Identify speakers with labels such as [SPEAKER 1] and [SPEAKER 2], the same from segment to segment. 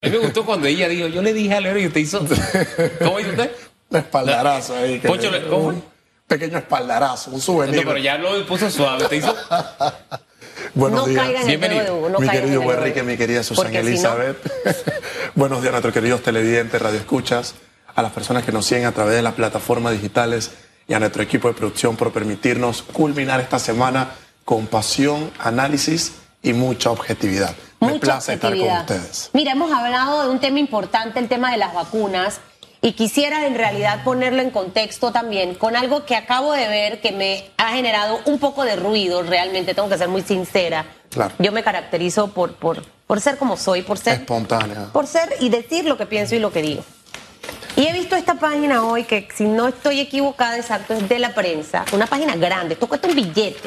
[SPEAKER 1] A mí me gustó cuando ella dijo, yo le dije a Leo y usted hizo... ¿Cómo hizo usted?
[SPEAKER 2] Un espaldarazo ahí.
[SPEAKER 1] Poncho, ¿cómo fue?
[SPEAKER 2] Un pequeño espaldarazo, un souvenir.
[SPEAKER 1] No, pero ya lo puso suave. Usted hizo...
[SPEAKER 2] Buenos días.
[SPEAKER 3] Caigan en el juego de Hugo, no
[SPEAKER 2] mi
[SPEAKER 3] caigan
[SPEAKER 2] querido
[SPEAKER 3] en el
[SPEAKER 2] Enrique,
[SPEAKER 3] juego.
[SPEAKER 2] mi querida Susana
[SPEAKER 3] Porque si
[SPEAKER 2] Elizabeth. Buenos días a nuestros queridos televidentes, radioescuchas, a las personas que nos siguen a través de las plataformas digitales y a nuestro equipo de producción por permitirnos culminar esta semana con pasión, análisis y mucha objetividad. Me place estar con ustedes.
[SPEAKER 3] Mira, hemos hablado de un tema importante, el tema de las vacunas, y quisiera en realidad ponerlo en contexto también con algo que acabo de ver que me ha generado un poco de ruido, realmente, tengo que ser muy sincera.
[SPEAKER 2] Claro.
[SPEAKER 3] Yo me caracterizo por ser como soy, por ser
[SPEAKER 2] espontánea.
[SPEAKER 3] Por ser y decir lo que pienso y lo que digo. Y he visto esta página hoy que, si no estoy equivocada, exacto, es de La Prensa, una página grande, esto cuesta un billete,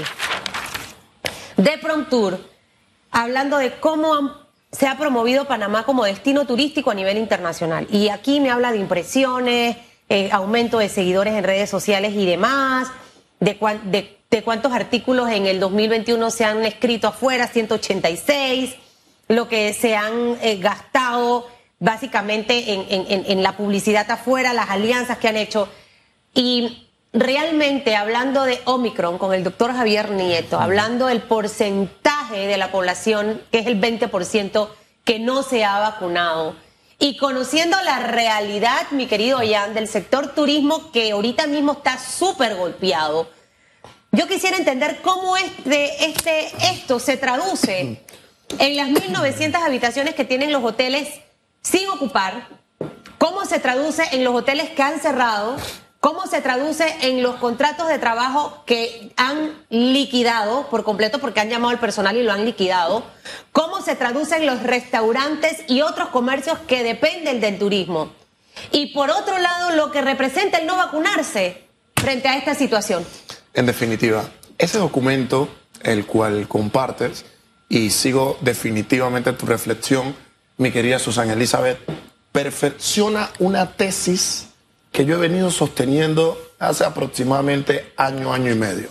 [SPEAKER 3] de Promtour, hablando de cómo se ha promovido Panamá como destino turístico a nivel internacional. Y aquí me habla de impresiones, aumento de seguidores en redes sociales y demás, de cuántos artículos en el 2021 se han escrito afuera, 186, lo que se han gastado básicamente en la publicidad afuera, las alianzas que han hecho. Y realmente, hablando de Omicron con el doctor Javier Nieto, hablando del porcentaje de la población, que es el 20%, que no se ha vacunado, y conociendo la realidad, mi querido Jan, del sector turismo, que ahorita mismo está súper golpeado, yo quisiera entender cómo esto se traduce en las 1.900 habitaciones que tienen los hoteles sin ocupar, cómo se traduce en los hoteles que han cerrado, cómo se traduce en los contratos de trabajo que han liquidado por completo porque han llamado al personal y lo han liquidado, cómo se traduce en los restaurantes y otros comercios que dependen del turismo. Y por otro lado, lo que representa el no vacunarse frente a esta situación.
[SPEAKER 2] En definitiva, ese documento, el cual compartes, y sigo definitivamente tu reflexión, mi querida Susana Elizabeth, perfecciona una tesis que yo he venido sosteniendo hace aproximadamente año y medio.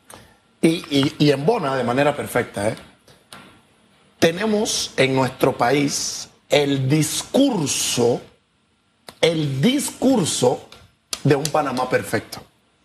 [SPEAKER 2] Y embona de manera perfecta. Tenemos en nuestro país el discurso de un Panamá perfecto.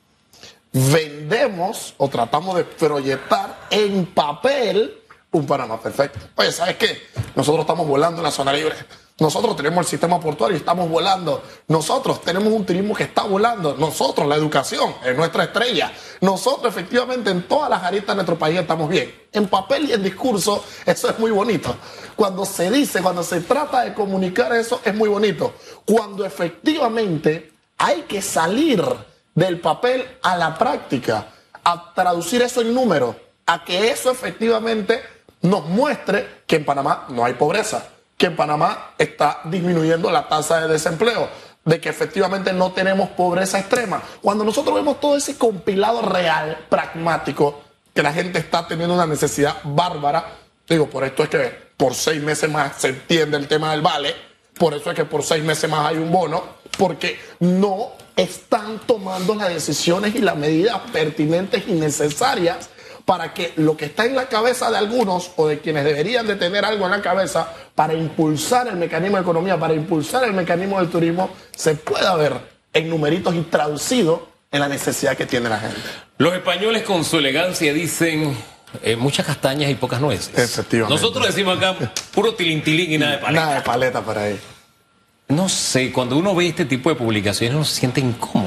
[SPEAKER 2] Vendemos o tratamos de proyectar en papel un Panamá perfecto. Oye, ¿sabes qué? Nosotros estamos volando en la zona libre. Nosotros tenemos el sistema portuario y estamos volando. Nosotros tenemos un turismo que está volando. Nosotros, la educación es nuestra estrella. Nosotros, efectivamente, en todas las aristas de nuestro país estamos bien. En papel y en discurso, eso es muy bonito. Cuando se dice, cuando se trata de comunicar eso, es muy bonito. Cuando efectivamente hay que salir del papel a la práctica, a traducir eso en números, a que eso efectivamente nos muestre que en Panamá no hay pobreza, que en Panamá está disminuyendo la tasa de desempleo, de que efectivamente no tenemos pobreza extrema. Cuando nosotros vemos todo ese compilado real, pragmático, que la gente está teniendo una necesidad bárbara, digo, por esto es que por 6 meses más se entiende el tema del vale, por eso es que por 6 meses más hay un bono, porque no están tomando las decisiones y las medidas pertinentes y necesarias para que lo que está en la cabeza de algunos o de quienes deberían de tener algo en la cabeza para impulsar el mecanismo de economía, para impulsar el mecanismo del turismo, se pueda ver en numeritos y traducido en la necesidad que tiene la gente.
[SPEAKER 1] Los españoles con su elegancia dicen muchas castañas y pocas nueces.
[SPEAKER 2] Efectivamente.
[SPEAKER 1] Nosotros decimos acá puro tilintilín y nada de paleta.
[SPEAKER 2] Nada de paleta para ahí.
[SPEAKER 1] No sé, cuando uno ve este tipo de publicaciones uno se siente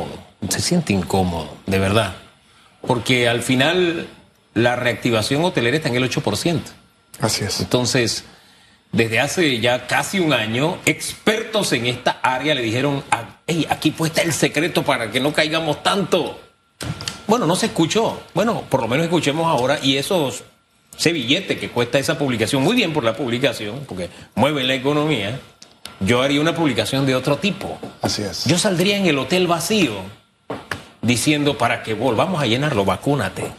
[SPEAKER 1] incómodo, de verdad. Porque al final la reactivación hotelera está en el 8%.
[SPEAKER 2] Así es.
[SPEAKER 1] Entonces, desde hace ya casi un año, expertos en esta área le dijeron, hey, aquí pues está el secreto para que no caigamos tanto. Bueno, no se escuchó. Bueno, por lo menos escuchemos ahora y ese billete que cuesta esa publicación, muy bien por la publicación, porque mueve la economía, yo haría una publicación de otro tipo.
[SPEAKER 2] Así es.
[SPEAKER 1] Yo saldría en el hotel vacío diciendo, para que volvamos a llenarlo, vacúnate.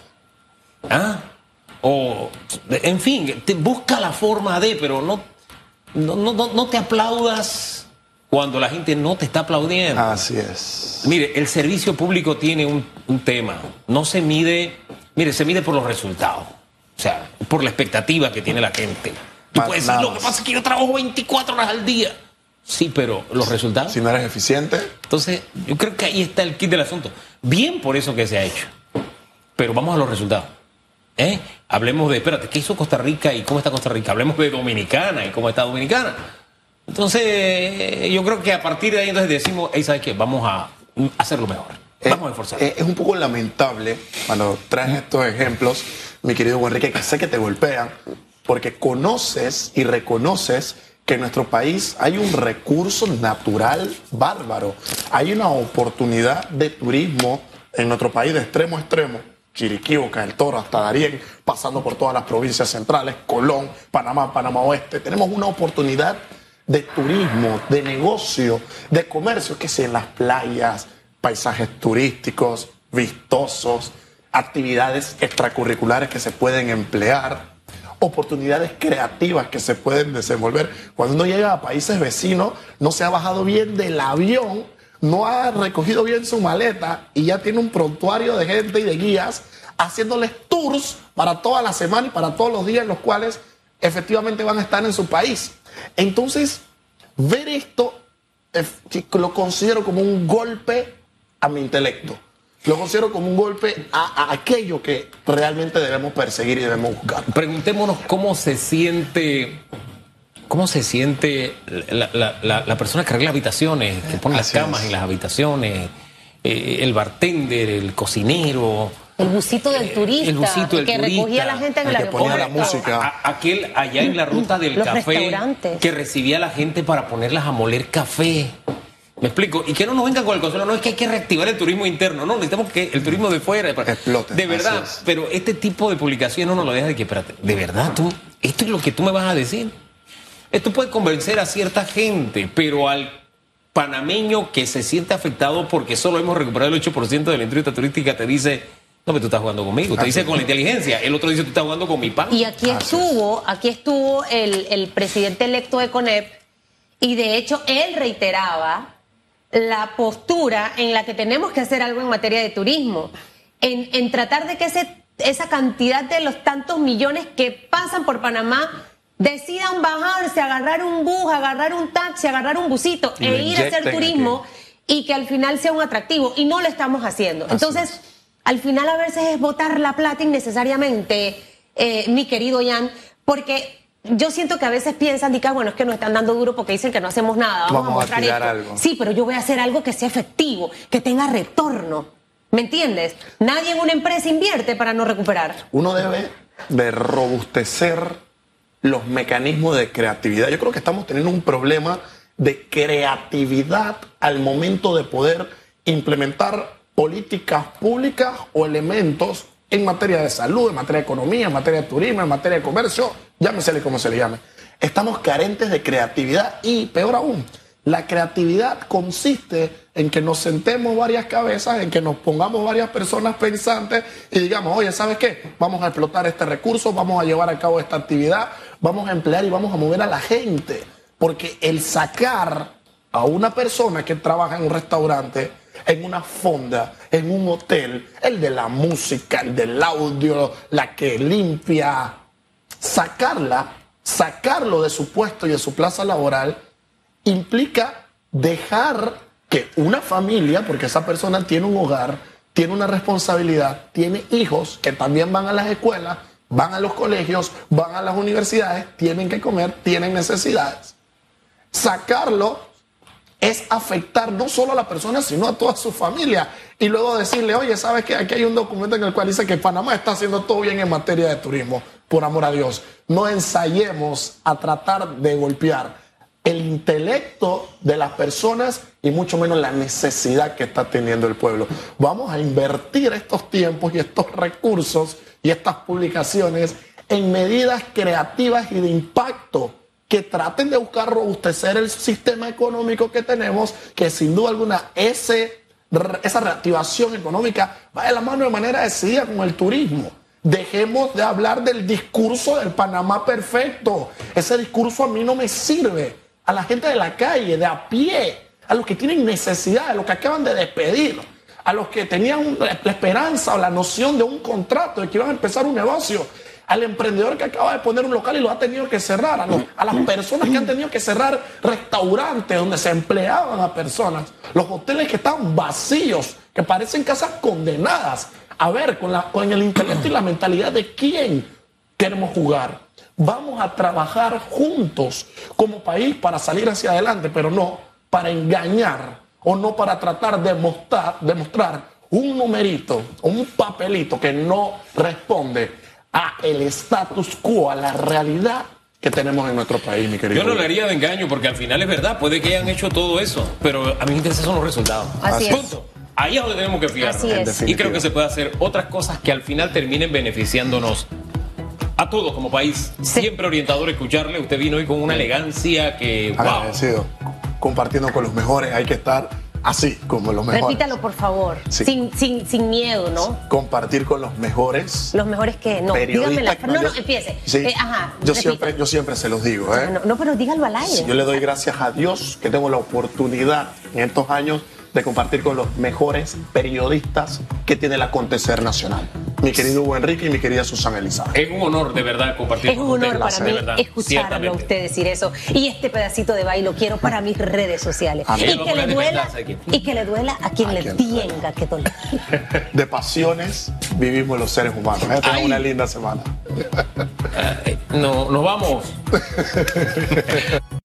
[SPEAKER 1] O, en fin, busca la forma de, pero no te aplaudas cuando la gente no te está aplaudiendo.
[SPEAKER 2] Así es.
[SPEAKER 1] Mire, el servicio público tiene un tema. No se mide, mire, se mide por los resultados. O sea, por la expectativa que tiene la gente. Tú
[SPEAKER 2] Más
[SPEAKER 1] puedes decir,
[SPEAKER 2] nada
[SPEAKER 1] lo que
[SPEAKER 2] más.
[SPEAKER 1] pasa es que yo trabajo 24 horas al día. Sí, pero los resultados.
[SPEAKER 2] Si no eres eficiente,
[SPEAKER 1] Entonces, yo creo que ahí está el kit del asunto. Bien por eso que se ha hecho. Pero vamos a los resultados. Hablemos de, espérate, ¿qué hizo Costa Rica y cómo está Costa Rica? Hablemos de Dominicana y cómo está Dominicana. Entonces, yo creo que a partir de ahí entonces decimos, hey, ¿sabes qué? Vamos a hacerlo mejor. Vamos a esforzar.
[SPEAKER 2] Es un poco lamentable cuando traes estos ejemplos, mi querido Enrique, que sé que te golpean, porque conoces y reconoces que en nuestro país hay un recurso natural bárbaro. Hay una oportunidad de turismo en nuestro país de extremo a extremo. Chiriquí, Boca del Toro, hasta Darién, pasando por todas las provincias centrales, Colón, Panamá, Panamá Oeste. Tenemos una oportunidad de turismo, de negocio, de comercio, que sea en las playas, paisajes turísticos, vistosos, actividades extracurriculares que se pueden emplear, oportunidades creativas que se pueden desenvolver. Cuando uno llega a países vecinos, no se ha bajado bien del avión, no ha recogido bien su maleta y ya tiene un prontuario de gente y de guías haciéndoles tours para toda la semana y para todos los días en los cuales efectivamente van a estar en su país. Entonces, ver esto lo considero como un golpe a mi intelecto. Lo considero como un golpe a aquello que realmente debemos perseguir y debemos buscar.
[SPEAKER 1] Preguntémonos cómo se siente la persona que arregla habitaciones, que pone las
[SPEAKER 2] Así
[SPEAKER 1] camas
[SPEAKER 2] es.
[SPEAKER 1] en las habitaciones, el bartender, el cocinero.
[SPEAKER 3] El busito del turista,
[SPEAKER 1] el busito del
[SPEAKER 3] que recogía
[SPEAKER 1] turista,
[SPEAKER 3] a la gente en
[SPEAKER 2] el
[SPEAKER 3] el
[SPEAKER 2] que ponía
[SPEAKER 3] aeropuerto.
[SPEAKER 2] la música.
[SPEAKER 1] Aquel allá en la ruta del
[SPEAKER 3] Los
[SPEAKER 1] café
[SPEAKER 3] restaurantes.
[SPEAKER 1] que recibía a la gente para ponerlas a moler café. ¿Me explico? Y que no nos vengan con el consuelo, no es que hay que reactivar el turismo interno, no, necesitamos que el turismo de fuera
[SPEAKER 2] Explote,
[SPEAKER 1] de verdad,
[SPEAKER 2] así es.
[SPEAKER 1] pero este tipo de publicaciones no nos lo deja de que, espérate, de verdad, esto es lo que tú me vas a decir. Esto puede convencer a cierta gente, pero al panameño que se siente afectado porque solo hemos recuperado el 8% de la industria turística te dice, no, pero tú estás jugando conmigo, te
[SPEAKER 2] Así
[SPEAKER 1] dice
[SPEAKER 2] es.
[SPEAKER 1] con la inteligencia, el otro dice, tú estás jugando con mi pan.
[SPEAKER 3] Y aquí estuvo el presidente electo de CONEP y de hecho él reiteraba la postura en la que tenemos que hacer algo en materia de turismo, en tratar de que esa cantidad de los tantos millones que pasan por Panamá decidan bajarse, agarrar un bus, agarrar un taxi, agarrar un busito
[SPEAKER 2] Y lo
[SPEAKER 3] e ir a hacer
[SPEAKER 2] inyecten
[SPEAKER 3] turismo y que al final sea un atractivo. Y no lo estamos haciendo.
[SPEAKER 2] Así
[SPEAKER 3] Entonces,
[SPEAKER 2] es.
[SPEAKER 3] al final a veces es botar la plata innecesariamente, mi querido Jan, porque yo siento que a veces piensan, bueno, es que nos están dando duro porque dicen que no hacemos nada. Vamos a mostrar
[SPEAKER 2] tirar
[SPEAKER 3] esto.
[SPEAKER 2] algo.
[SPEAKER 3] Sí, pero yo voy a hacer algo que sea efectivo, que tenga retorno. ¿Me entiendes? Nadie en una empresa invierte para no recuperar.
[SPEAKER 2] Uno debe de robustecer los mecanismos de creatividad. Yo creo que estamos teniendo un problema de creatividad al momento de poder implementar políticas públicas o elementos en materia de salud, en materia de economía, en materia de turismo, en materia de comercio, llámesele como se le llame. Estamos carentes de creatividad y, peor aún, la creatividad consiste en que nos sentemos varias cabezas, en que nos pongamos varias personas pensantes y digamos, oye, ¿sabes qué? Vamos a explotar este recurso, vamos a llevar a cabo esta actividad, vamos a emplear y vamos a mover a la gente. Porque el sacar a una persona que trabaja en un restaurante, en una fonda, en un hotel, el de la música, el del audio, la que limpia, sacarlo de su puesto y de su plaza laboral, implica dejar que una familia, porque esa persona tiene un hogar, tiene una responsabilidad, tiene hijos que también van a las escuelas, van a los colegios, van a las universidades, tienen que comer, tienen necesidades. Sacarlo es afectar no solo a la persona, sino a toda su familia. Y luego decirle, oye, ¿sabes qué? Aquí hay un documento en el cual dice que Panamá está haciendo todo bien en materia de turismo. Por amor a Dios, no ensayemos a tratar de golpear el intelecto de las personas y mucho menos la necesidad que está teniendo el pueblo. Vamos a invertir estos tiempos y estos recursos y estas publicaciones en medidas creativas y de impacto que traten de buscar robustecer el sistema económico que tenemos, que sin duda alguna esa reactivación económica va de la mano de manera decidida con el turismo. Dejemos de hablar del discurso del Panamá perfecto. Ese discurso a mí no me sirve. A la gente de la calle, de a pie, a los que tienen necesidad, a los que acaban de despedir, a los que tenían la esperanza o la noción de un contrato, de que iban a empezar un negocio, al emprendedor que acaba de poner un local y lo ha tenido que cerrar, a las personas que han tenido que cerrar restaurantes donde se empleaban a personas, los hoteles que están vacíos, que parecen casas condenadas. A ver, con el intelecto y la mentalidad de quién queremos jugar. Vamos a trabajar juntos como país para salir hacia adelante, pero no para engañar o no para tratar de demostrar un numerito o un papelito que no responde a el status quo, a la realidad que tenemos en nuestro país, mi querido.
[SPEAKER 1] Yo no le haría de engaño porque al final es verdad, puede que hayan hecho todo eso, pero a mí me interesan son los resultados.
[SPEAKER 3] Así es.
[SPEAKER 1] Punto. Ahí es donde tenemos que fijarnos.
[SPEAKER 3] Así es.
[SPEAKER 1] Y creo que se puede hacer otras cosas que al final terminen beneficiándonos a todos como país.
[SPEAKER 3] Sí.
[SPEAKER 1] Siempre orientador escucharle. Usted vino hoy con una elegancia que, wow.
[SPEAKER 2] Agradecido. Compartiendo con los mejores, hay que estar así, como los mejores.
[SPEAKER 3] Repítalo, por favor.
[SPEAKER 2] Sí.
[SPEAKER 3] Sin miedo, ¿no?
[SPEAKER 2] Compartir con los mejores.
[SPEAKER 3] Los mejores que no. Dígame la frase. No, empiece.
[SPEAKER 2] Sí,
[SPEAKER 3] Ajá.
[SPEAKER 2] yo siempre se los digo, ¿eh?
[SPEAKER 3] No, pero dígalo al aire.
[SPEAKER 2] Sí, yo le doy gracias a Dios que tengo la oportunidad en estos años de compartir con los mejores periodistas que tiene el acontecer nacional. Mi querido Hugo Enrique y mi querida Susana Elizabeth.
[SPEAKER 1] Es un honor, de verdad, compartir
[SPEAKER 3] Es
[SPEAKER 1] con
[SPEAKER 3] un
[SPEAKER 1] usted.
[SPEAKER 3] honor para mí
[SPEAKER 1] De verdad,
[SPEAKER 3] escucharlo a
[SPEAKER 1] ciertamente.
[SPEAKER 3] usted decir eso. Y este pedacito de baile lo quiero para mis redes sociales.
[SPEAKER 2] A mí.
[SPEAKER 3] Y que le duela a quien
[SPEAKER 2] A
[SPEAKER 3] le
[SPEAKER 2] quien
[SPEAKER 3] tenga que doler.
[SPEAKER 2] De pasiones vivimos los seres humanos. Tengan
[SPEAKER 1] Ay.
[SPEAKER 2] una linda semana.
[SPEAKER 1] No, nos vamos.